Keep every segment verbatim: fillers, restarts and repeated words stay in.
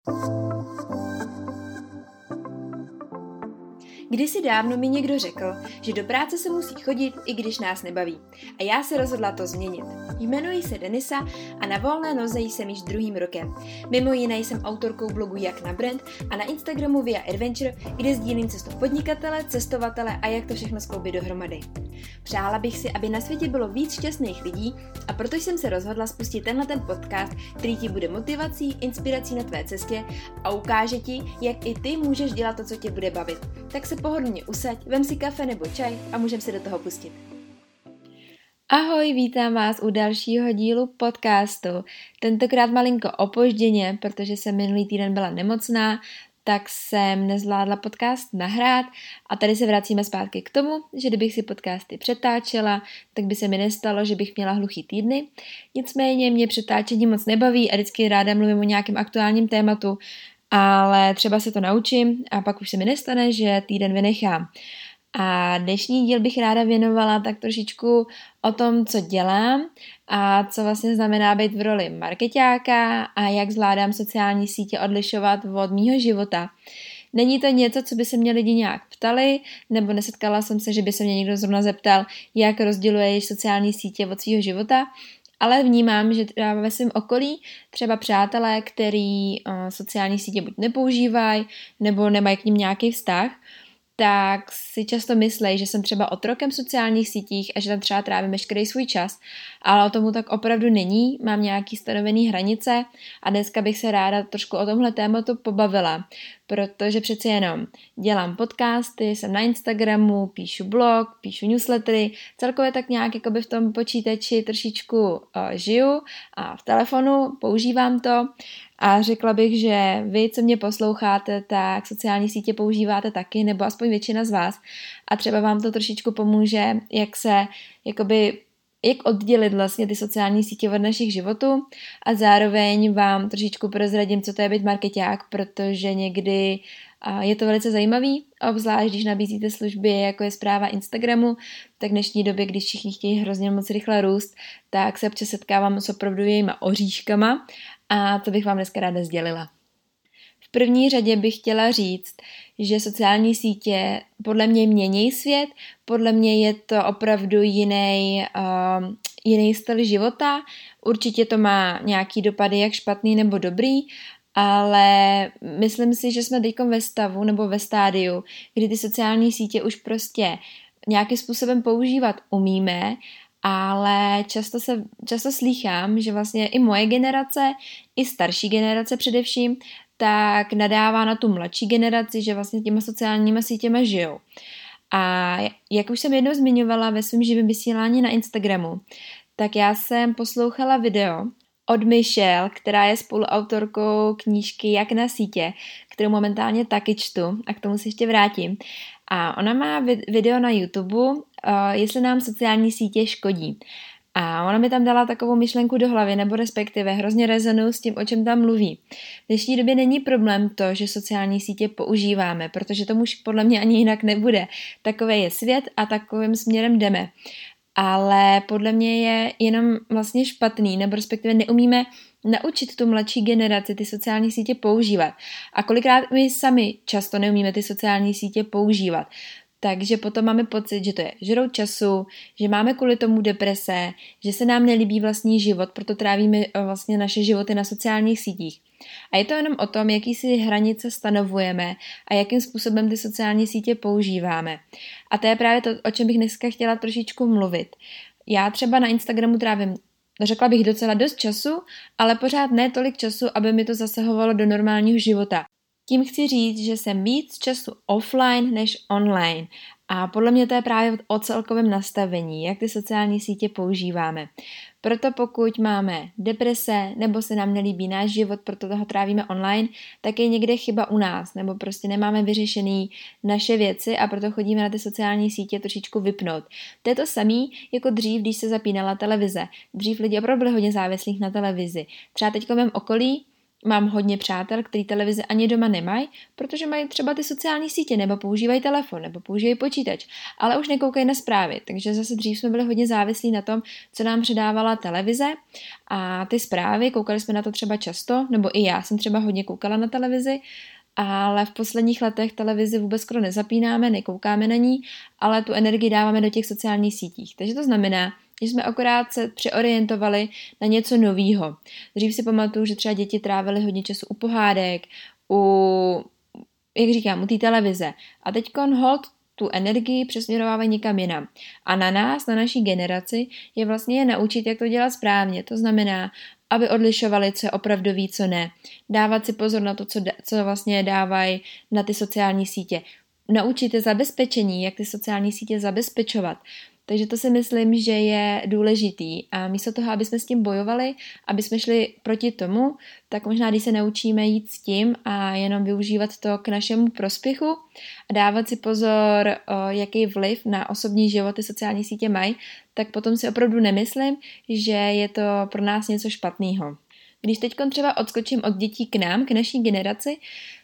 Kdysi dávno mi někdo řekl, že do práce se musí chodit, i když nás nebaví. A já se rozhodla to změnit. Jmenuji se Denisa a na volné noze jsem již druhým rokem. Mimo jiné jsem autorkou blogu Jak na brand a na Instagramu Via Adventure, kde sdílím cestu podnikatele, cestovatele a jak to všechno skloubit dohromady. Přála bych si, aby na světě bylo víc šťastných lidí, a proto jsem se rozhodla spustit tenhle ten podcast, který ti bude motivací, inspirací na tvé cestě a ukáže ti, jak i ty můžeš dělat to, co tě bude bavit. Tak se pohodlně usaď, vem si kafe nebo čaj a můžeme se do toho pustit. Ahoj, vítám vás u dalšího dílu podcastu. Tentokrát malinko opožděně, protože jsem minulý týden byla nemocná, tak jsem nezvládla podcast nahrát a tady se vracíme zpátky k tomu, že kdybych si podcasty přetáčela, tak by se mi nestalo, že bych měla hluchý týdny. Nicméně mě přetáčení moc nebaví a vždycky ráda mluvím o nějakém aktuálním tématu, ale třeba se to naučím a pak už se mi nestane, že týden vynechám. A dnešní díl bych ráda věnovala tak trošičku o tom, co dělám a co vlastně znamená být v roli markeťáka a jak zvládám sociální sítě odlišovat od mýho života. Není to něco, co by se mě lidi nějak ptali, nebo nesetkala jsem se, že by se mě někdo zrovna zeptal, jak rozděluješ sociální sítě od svého života, ale vnímám, že třeba ve svém okolí třeba přátelé, který uh, sociální sítě buď nepoužívají, nebo nemají k nim nějaký vztah, tak si často myslejí, že jsem třeba otrokem sociálních sítích a že tam třeba trávím veškerý svůj čas, ale o tomu tak opravdu není, mám nějaký stanovený hranice a dneska bych se ráda trošku o tomhle tématu pobavila, protože přece jenom dělám podcasty, jsem na Instagramu, píšu blog, píšu newslettery, celkově tak nějak jakoby v tom počítači trošičku uh, žiju a v telefonu používám to. A řekla bych, že vy, co mě posloucháte, tak sociální sítě používáte taky, nebo aspoň většina z vás. A třeba vám to trošičku pomůže, jak se, jakoby, jak oddělit vlastně ty sociální sítě od našich životů. A zároveň vám trošičku prozradím, co to je být markeťák, protože někdy je to velice zajímavý, obzvlášť když nabízíte služby, jako je správa Instagramu, tak v dnešní době, když všichni chtějí hrozně moc rychle růst, tak se občas setkávám s opravdovými oříškama a to bych vám dneska ráda sdělila. V první řadě bych chtěla říct, že sociální sítě podle mě mění svět, podle mě je to opravdu jiný, uh, jiný styl života, určitě to má nějaký dopady, jak špatný nebo dobrý, ale myslím si, že jsme teď ve stavu nebo ve stádiu, kdy ty sociální sítě už prostě nějakým způsobem používat umíme, ale často, se, často slýchám, že vlastně i moje generace, i starší generace především, tak nadává na tu mladší generaci, že vlastně těma sociálníma sítěma žijou. A jak už jsem jednou zmiňovala ve svém živém vysílání na Instagramu, tak já jsem poslouchala video od Michelle, která je spoluautorkou knížky Jak na sítě, kterou momentálně taky čtu a k tomu se ještě vrátím. A ona má video na YouTube, uh, jestli nám sociální sítě škodí. A ona mi tam dala takovou myšlenku do hlavy, nebo respektive hrozně rezonuju s tím, o čem tam mluví. V dnešní době není problém to, že sociální sítě používáme, protože tomu už podle mě ani jinak nebude. Takový je svět a takovým směrem jdeme. Ale podle mě je jenom vlastně špatný, nebo respektive neumíme naučit tu mladší generaci ty sociální sítě používat. A kolikrát my sami často neumíme ty sociální sítě používat. Takže potom máme pocit, že to je žrout času, že máme kvůli tomu deprese, že se nám nelíbí vlastní život, proto trávíme vlastně naše životy na sociálních sítích. A je to jenom o tom, jaký si hranice stanovujeme a jakým způsobem ty sociální sítě používáme. A to je právě to, o čem bych dneska chtěla trošičku mluvit. Já třeba na Instagramu trávím, řekla bych, docela dost času, ale pořád ne tolik času, aby mi to zasahovalo do normálního života. Tím chci říct, že jsem víc času offline než online. A podle mě to je právě o celkovém nastavení, jak ty sociální sítě používáme. Proto pokud máme deprese nebo se nám nelíbí náš život, proto toho trávíme online, tak je někde chyba u nás, nebo prostě nemáme vyřešený naše věci a proto chodíme na ty sociální sítě trošičku vypnout. To je to samý jako dřív, když se zapínala televize. Dřív lidi opravdu byli hodně závislých na televizi. Třeba teď v mém okolí mám hodně přátel, který televizi ani doma nemají, protože mají třeba ty sociální sítě, nebo používají telefon, nebo používají počítač, ale už nekoukají na zprávy. Takže zase dřív jsme byli hodně závislí na tom, co nám předávala televize a ty zprávy, koukali jsme na to třeba často, nebo i já jsem třeba hodně koukala na televizi, ale v posledních letech televizi vůbec skoro nezapínáme, nekoukáme na ní, ale tu energii dáváme do těch sociálních sítích. Takže to znamená, že jsme akorát se přeorientovali na něco novýho. Dřív si pamatuju, že třeba děti trávily hodně času u pohádek, u, jak říkám, u té televize. A teďkon hold tu energii přesměrovávají někam jinam. A na nás, na naší generaci, je vlastně je naučit, jak to dělat správně. To znamená, aby odlišovali, co je opravdový, co ne. Dávat si pozor na to, co, co vlastně dávají na ty sociální sítě. Naučit je zabezpečení, jak ty sociální sítě zabezpečovat. Takže to si myslím, že je důležitý a místo toho, aby jsme s tím bojovali, aby jsme šli proti tomu, tak možná, když se naučíme jít s tím a jenom využívat to k našemu prospěchu a dávat si pozor, jaký vliv na osobní životy sociální sítě mají, tak potom si opravdu nemyslím, že je to pro nás něco špatného. Když teď třeba odskočím od dětí k nám, k naší generaci,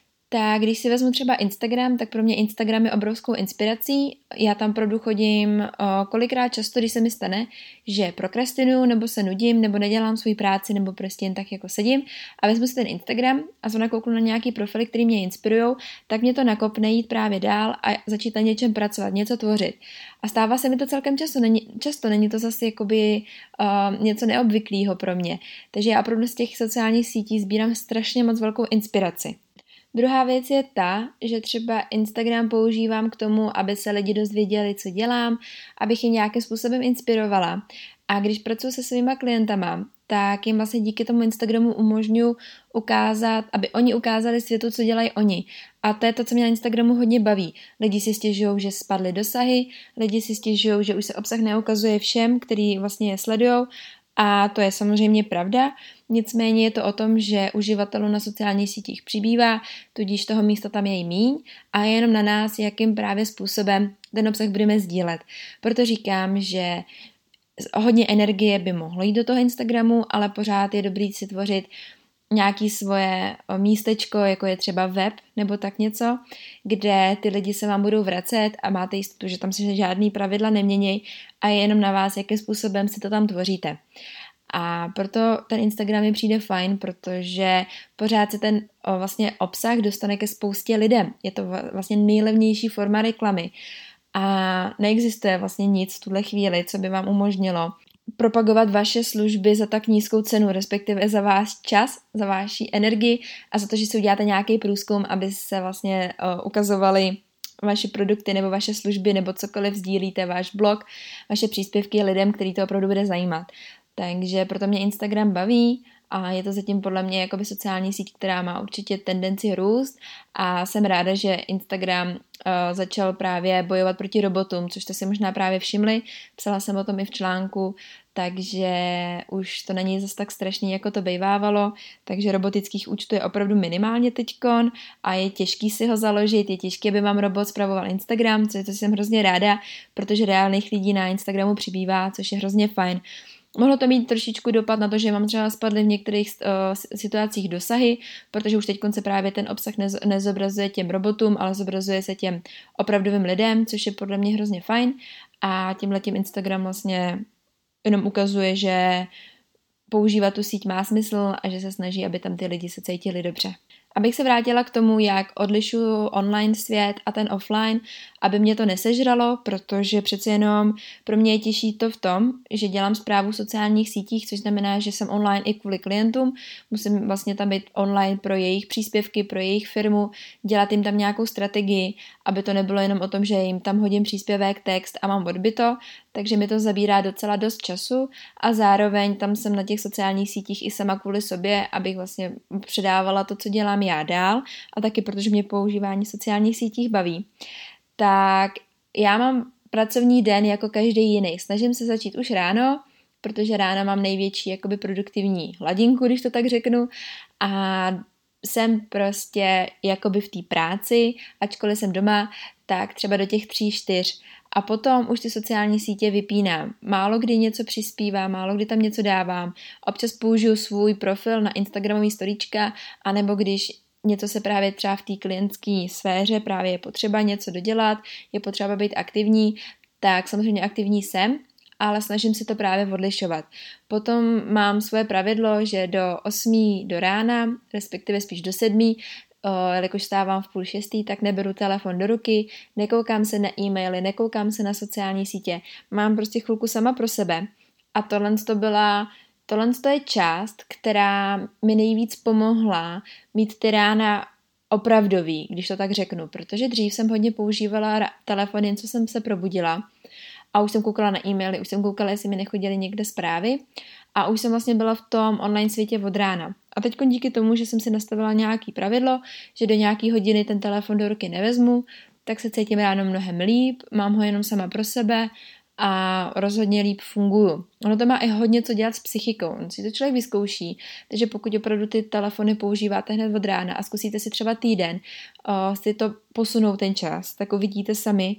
tak když si vezmu třeba Instagram, tak pro mě Instagram je obrovskou inspirací. Já tam opravdu chodím o, kolikrát často, když se mi stane, že prokrastinuju, nebo se nudím, nebo nedělám svou práci, nebo prostě jen tak jako sedím a vezmu si ten Instagram a zrovna kouknu na nějaký profily, který mě inspirujou, tak mě to nakopne jít právě dál a začít na něčem pracovat, něco tvořit. A stává se mi to celkem často, není, často není to zase jakoby uh, něco neobvyklého pro mě. Takže já opravdu z těch sociálních sítí sbírám strašně moc velkou inspiraci. Druhá věc je ta, že třeba Instagram používám k tomu, aby se lidi dozvěděli, co dělám, abych je nějakým způsobem inspirovala. A když pracuji se svýma klientama, tak jim vlastně díky tomu Instagramu umožňuji ukázat, aby oni ukázali světu, co dělají oni. A to je to, co mě na Instagramu hodně baví. Lidi si stěžují, že spadly dosahy, lidi si stěžují, že už se obsah neukazuje všem, který vlastně je sledujou. A to je samozřejmě pravda, nicméně je to o tom, že uživatelů na sociálních sítích přibývá, tudíž toho místa tam je i míň a je jenom na nás, jakým právě způsobem ten obsah budeme sdílet. Proto říkám, že hodně energie by mohlo jít do toho Instagramu, ale pořád je dobrý si tvořit nějaké svoje místečko, jako je třeba web nebo tak něco, kde ty lidi se vám budou vracet a máte jistotu, že tam se žádný pravidla nemění a je jenom na vás, jakým způsobem si to tam tvoříte. A proto ten Instagram mi přijde fajn, protože pořád se ten o, vlastně obsah dostane ke spoustě lidem. Je to vlastně nejlevnější forma reklamy. A neexistuje vlastně nic v tuhle chvíli, co by vám umožnilo propagovat vaše služby za tak nízkou cenu, respektive za váš čas, za vaši energii a za to, že si uděláte nějaký průzkum, aby se vlastně uh, ukazovaly vaše produkty nebo vaše služby nebo cokoliv sdílíte, váš blog, vaše příspěvky lidem, který to opravdu bude zajímat. Takže proto mě Instagram baví a je to zatím podle mě jakoby sociální síť, která má určitě tendenci růst a jsem ráda, že Instagram uh, začal právě bojovat proti robotům, což jste si možná právě všimli, psala jsem o tom i v článku, takže už to není zase tak strašný, jako to bejvávalo, takže robotických účtů je opravdu minimálně teďkon a je těžký si ho založit, je těžké, aby vám robot spravoval Instagram, což to jsem hrozně ráda, protože reálných lidí na Instagramu přibývá, což je hrozně fajn. Mohlo to mít trošičku dopad na to, že vám třeba spadly v některých uh, situacích dosahy, protože už teď se právě ten obsah nez, nezobrazuje těm robotům, ale zobrazuje se těm opravdovým lidem, což je podle mě hrozně fajn a tímhletím Instagram vlastně jenom ukazuje, že používat tu síť má smysl a že se snaží, aby tam ty lidi se cítili dobře. Abych se vrátila k tomu, jak odlišuju online svět a ten offline, aby mě to nesežralo, protože přece jenom pro mě je těžší to v tom, že dělám správu v sociálních sítích, což znamená, že jsem online i kvůli klientům, musím vlastně tam být online pro jejich příspěvky, pro jejich firmu, dělat jim tam nějakou strategii, aby to nebylo jenom o tom, že jim tam hodím příspěvek, text a mám odbyto, takže mi to zabírá docela dost času a zároveň tam jsem na těch sociálních sítích i sama kvůli sobě, abych vlastně předávala to, co dělám já dál a taky protože mě používání sociálních sítích baví. Tak já mám pracovní den jako každý jiný. Snažím se začít už ráno, protože ráno mám největší jakoby produktivní hladinku, když to tak řeknu a jsem prostě jakoby v té práci, ačkoliv jsem doma, tak třeba do těch tří, čtyř. A potom už ty sociální sítě vypínám. Málo kdy něco přispívám, málo kdy tam něco dávám. Občas použiju svůj profil na Instagramový storíčka, anebo když něco se právě třeba v té klientské sféře právě je potřeba něco dodělat, je potřeba být aktivní, tak samozřejmě aktivní jsem, ale snažím se to právě odlišovat. Potom mám svoje pravidlo, že do osmí do rána, respektive spíš do sedmí, jelikož stávám v půl šestý, tak neberu telefon do ruky, nekoukám se na e-maily, nekoukám se na sociální sítě, mám prostě chvilku sama pro sebe. A tohle to byla, tohle to je část, která mi nejvíc pomohla mít ty rána opravdový, když to tak řeknu, protože dřív jsem hodně používala telefon, jen co jsem se probudila a už jsem koukala na e-maily, už jsem koukala, jestli mi nechodily někde zprávy a už jsem vlastně byla v tom online světě od rána. A teď díky tomu, že jsem si nastavila nějaký pravidlo, že do nějaký hodiny ten telefon do ruky nevezmu, tak se cítím ráno mnohem líp, mám ho jenom sama pro sebe a rozhodně líp funguju. Ono to má i hodně co dělat s psychikou, on si to člověk vyzkouší, takže pokud opravdu ty telefony používáte hned od rána a zkusíte si třeba týden o, si to posunout ten čas, tak uvidíte sami,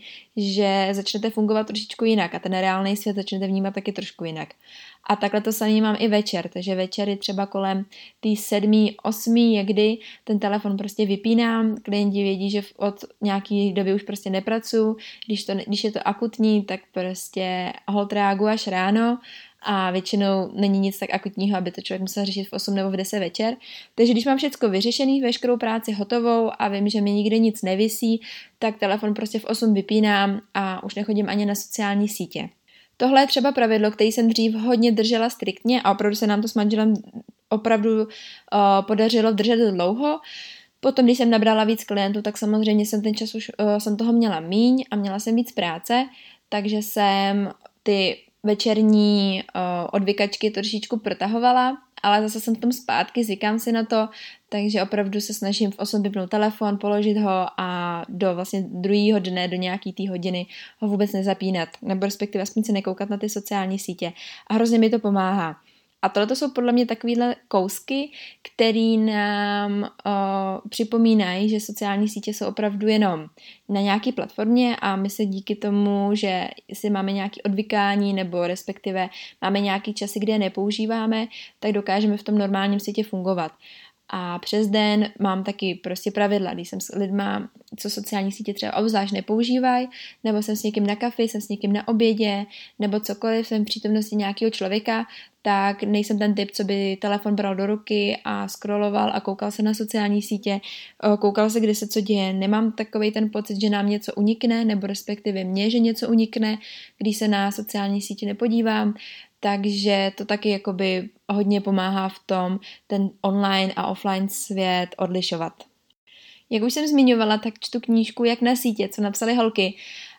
že začnete fungovat trošičku jinak a ten reálný svět začnete vnímat taky trošku jinak. A takhle to samý mám i večer, takže večery třeba kolem tý sedmý, osmý, někdy ten telefon prostě vypínám, klienti vědí, že od nějaký doby už prostě nepracuju, když, to, když je to akutní, tak prostě hold reaguju až ráno a většinou není nic tak akutního, aby to člověk musel řešit v osm nebo v deset večer. Takže když mám všecko vyřešený, veškerou práci hotovou a vím, že mi nikde nic nevisí, tak telefon prostě v osm vypínám a už nechodím ani na sociální sítě. Tohle je třeba pravidlo, který jsem dřív hodně držela striktně a opravdu se nám to s manželem opravdu uh, podařilo držet dlouho. Potom, když jsem nabrala víc klientů, tak samozřejmě jsem ten čas už uh, jsem toho měla míň a měla jsem víc práce, takže jsem ty večerní uh, odvykačky trošičku protahovala, ale zase jsem v tom zpátky, zvykám si na to, takže opravdu se snažím v osm vypnout telefon, položit ho a do vlastně druhého dne, do nějaký té hodiny ho vůbec nezapínat, nebo respektive aspoň se nekoukat na ty sociální sítě. A hrozně mi to pomáhá. A tohle jsou podle mě takovýhle kousky, který nám uh, připomínají, že sociální sítě jsou opravdu jenom na nějaké platformě a my se díky tomu, že si máme nějaké odvykání nebo respektive máme nějaké časy, kde je nepoužíváme, tak dokážeme v tom normálním světě fungovat. A přes den mám taky prostě pravidla, když jsem s lidma, co sociální sítě třeba obzvlášť nepoužívají, nebo jsem s někým na kafi, jsem s někým na obědě, nebo cokoliv, jsem v přítomnosti nějakého člověka, tak nejsem ten typ, co by telefon bral do ruky a scrolloval a koukal se na sociální sítě, koukal se, kde se co děje. Nemám takovej ten pocit, že nám něco unikne, nebo respektive mě, že něco unikne, když se na sociální sítě nepodívám. Takže to taky jakoby hodně pomáhá v tom ten online a offline svět odlišovat. Jak už jsem zmiňovala, tak čtu knížku Jak na sítě, co napsaly holky.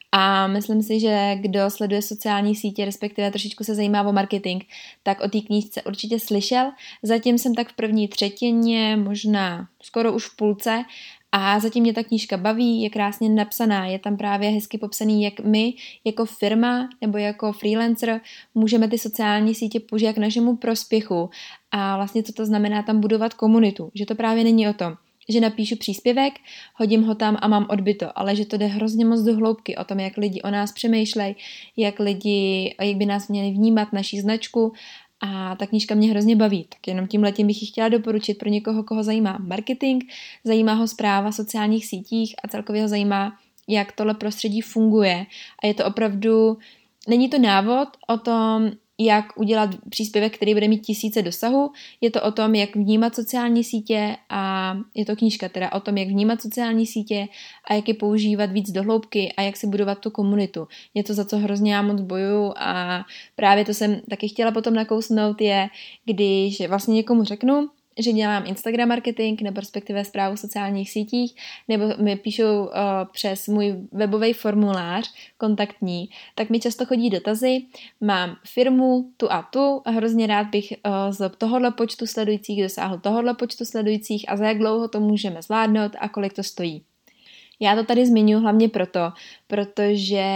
A myslím si, že kdo sleduje sociální sítě, respektive trošičku se zajímá o marketing, tak o té knížce určitě slyšel. Zatím jsem tak v první třetině, možná skoro už v půlce, a zatím mě ta knížka baví, je krásně napsaná, je tam právě hezky popsaný, jak my jako firma nebo jako freelancer můžeme ty sociální sítě použít k našemu prospěchu a vlastně co to znamená tam budovat komunitu, že to právě není o tom, že napíšu příspěvek, hodím ho tam a mám odbyto, ale že to jde hrozně moc do hloubky o tom, jak lidi o nás přemýšlejí, jak lidi, jak by nás měli vnímat, naší značku. A ta knížka mě hrozně baví, tak jenom tímhletím bych ji chtěla doporučit pro někoho, koho zajímá marketing, zajímá ho správa sociálních sítích a celkově ho zajímá, jak tohle prostředí funguje. A je to opravdu, není to návod o tom, jak udělat příspěvek, který bude mít tisíce dosahu, je to o tom, jak vnímat sociální sítě a je to knížka teda o tom, jak vnímat sociální sítě a jak je používat víc do hloubky a jak si budovat tu komunitu. Je to, za co hrozně já moc bojuju a právě to jsem taky chtěla potom nakousnout je, když vlastně někomu řeknu, že dělám Instagram marketing nebo respektive správu v sociálních sítích, nebo mi píšou uh, přes můj webový formulář kontaktní, tak mi často chodí dotazy, mám firmu tu a tu a hrozně rád bych uh, z tohohle počtu sledujících dosáhl tohohle počtu sledujících a za jak dlouho to můžeme zvládnout a kolik to stojí. Já to tady zmiňuji hlavně proto, protože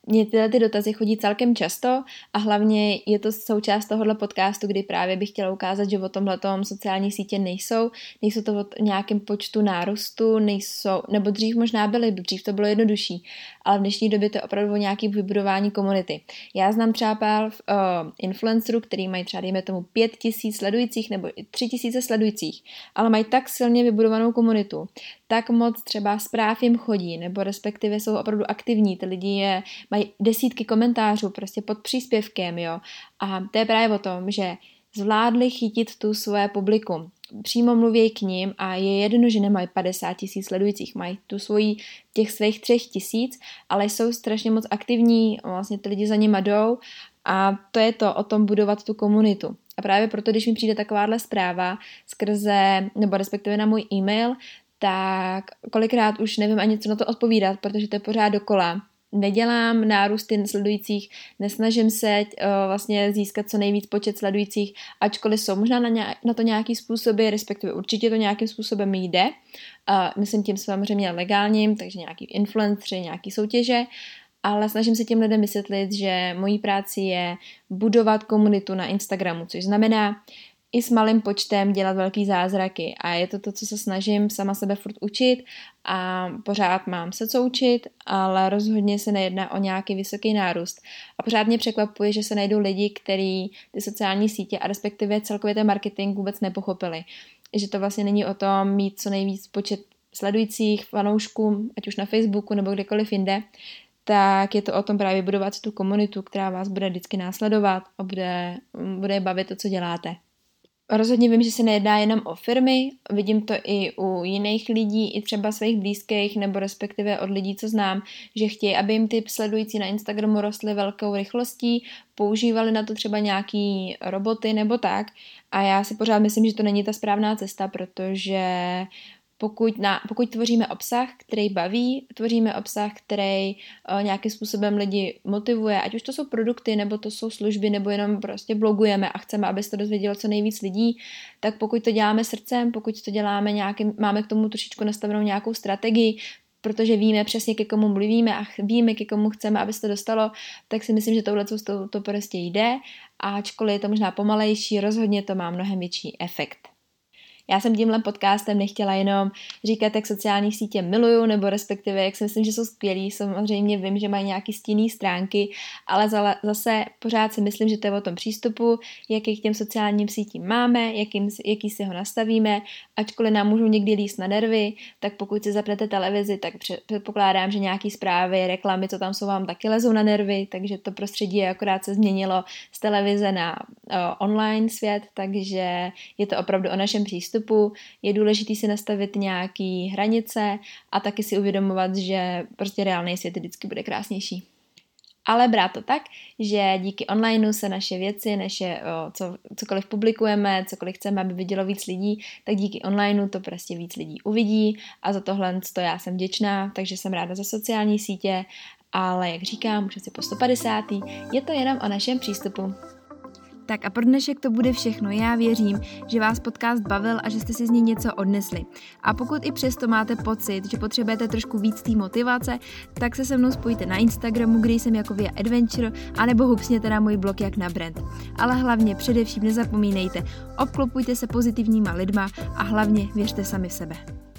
Mně tyhle ty dotazy chodí celkem často a hlavně je to součást tohohle podcastu, kdy právě bych chtěla ukázat, že o tomhletom sociální sítě nejsou, nejsou to o nějakém počtu nárůstu, nejsou, nebo dřív možná byly, dřív to bylo jednodušší, ale v dnešní době to je opravdu o nějakém vybudování komunity. Já znám třeba pár uh, influencerů, který mají třeba dejme tomu pět tisíc sledujících nebo tři tisíce sledujících, ale mají tak silně vybudovanou komunitu, tak moc třeba zpráv jim chodí, nebo respektive jsou opravdu aktivní, ty lidi je, mají desítky komentářů prostě pod příspěvkem, jo. A to je právě o tom, že zvládli chytit tu svoje publikum. Přímo mluví k ním a je jedno, že nemají padesát tisíc sledujících, mají tu svoji těch svých třech tisíc, ale jsou strašně moc aktivní, vlastně ty lidi za nima jdou a to je to o tom budovat tu komunitu. A právě proto, když mi přijde takováhle zpráva skrze, nebo respektive na můj e-mail, tak kolikrát už nevím ani co na to odpovídat, protože to je pořád dokola. Nedělám nárůsty sledujících, nesnažím se uh, vlastně získat co nejvíc počet sledujících, ačkoliv jsou možná na, nějak, na to nějaký způsoby, respektive určitě to nějakým způsobem jde. Uh, myslím tím samozřejmě legálním, takže nějaký influenceři, nějaký soutěže, ale snažím se těm lidem vysvětlit, že mojí práci je budovat komunitu na Instagramu, což znamená i s malým počtem dělat velký zázraky a je to to, co se snažím sama sebe furt učit a pořád mám se co učit, ale rozhodně se nejedná o nějaký vysoký nárůst. A pořád mě překvapuje, že se najdou lidi, kteří ty sociální sítě a respektive celkově ten marketing vůbec nepochopili. Že to vlastně není o tom mít co nejvíc počet sledujících, fanoušků, ať už na Facebooku nebo kdekoliv jinde, tak je to o tom právě budovat tu komunitu, která vás bude vždycky následovat a bude, bude bavit to, co děláte. Rozhodně vím, že se nejedná jenom o firmy, vidím to i u jiných lidí, i třeba svých blízkých, nebo respektive od lidí, co znám, že chtějí, aby jim ty sledující na Instagramu rostly velkou rychlostí, používali na to třeba nějaký roboty nebo tak a já si pořád myslím, že to není ta správná cesta, protože Pokud, na, pokud tvoříme obsah, který baví, tvoříme obsah, který uh, nějakým způsobem lidi motivuje, ať už to jsou produkty, nebo to jsou služby, nebo jenom prostě blogujeme a chceme, aby se to dozvědělo co nejvíc lidí, tak pokud to děláme srdcem, pokud to děláme nějakým, máme k tomu trošičku nastavenou nějakou strategii, protože víme přesně, ke komu mluvíme a víme, ke komu chceme, aby se to dostalo, tak si myslím, že tohle to, to prostě jde, a ačkoliv je to možná pomalejší, rozhodně to má mnohem větší efekt. Já jsem tímhle podcastem nechtěla jenom říkat, jak sociální sítě miluju, nebo respektive, jak si myslím, že jsou skvělí. Samozřejmě vím, že mají nějaký stinný stránky, ale zase pořád si myslím, že to je o tom přístupu, jaký k těm sociálním sítím máme, jakým, jaký si ho nastavíme. Ačkoliv nám můžou někdy líst na nervy, tak pokud si zapnete televizi, tak předpokládám, že nějaký zprávy, reklamy, co tam jsou, vám taky lezou na nervy, takže to prostředí akorát se změnilo z televize na uh, online svět, takže je to opravdu o našem přístupu. Je důležité si nastavit nějaké hranice a taky si uvědomovat, že prostě reálný svět vždycky bude krásnější. Ale brát to tak, že díky onlineu se naše věci, naše, o, co, cokoliv publikujeme, cokoliv chceme, aby vidělo víc lidí, tak díky onlineu to prostě víc lidí uvidí a za tohle to já jsem vděčná, takže jsem ráda za sociální sítě, ale jak říkám, už asi po sto padesátý je to jenom o našem přístupu. Tak a pro dnešek to bude všechno. Já věřím, že vás podcast bavil a že jste si z něj něco odnesli. A pokud i přesto máte pocit, že potřebujete trošku víc té motivace, tak se se mnou spojte na Instagramu, kde jsem jako Via Adventure, anebo hupsněte na můj blog Jak na brand. Ale hlavně především nezapomínejte, obklopujte se pozitivníma lidma a hlavně věřte sami v sebe.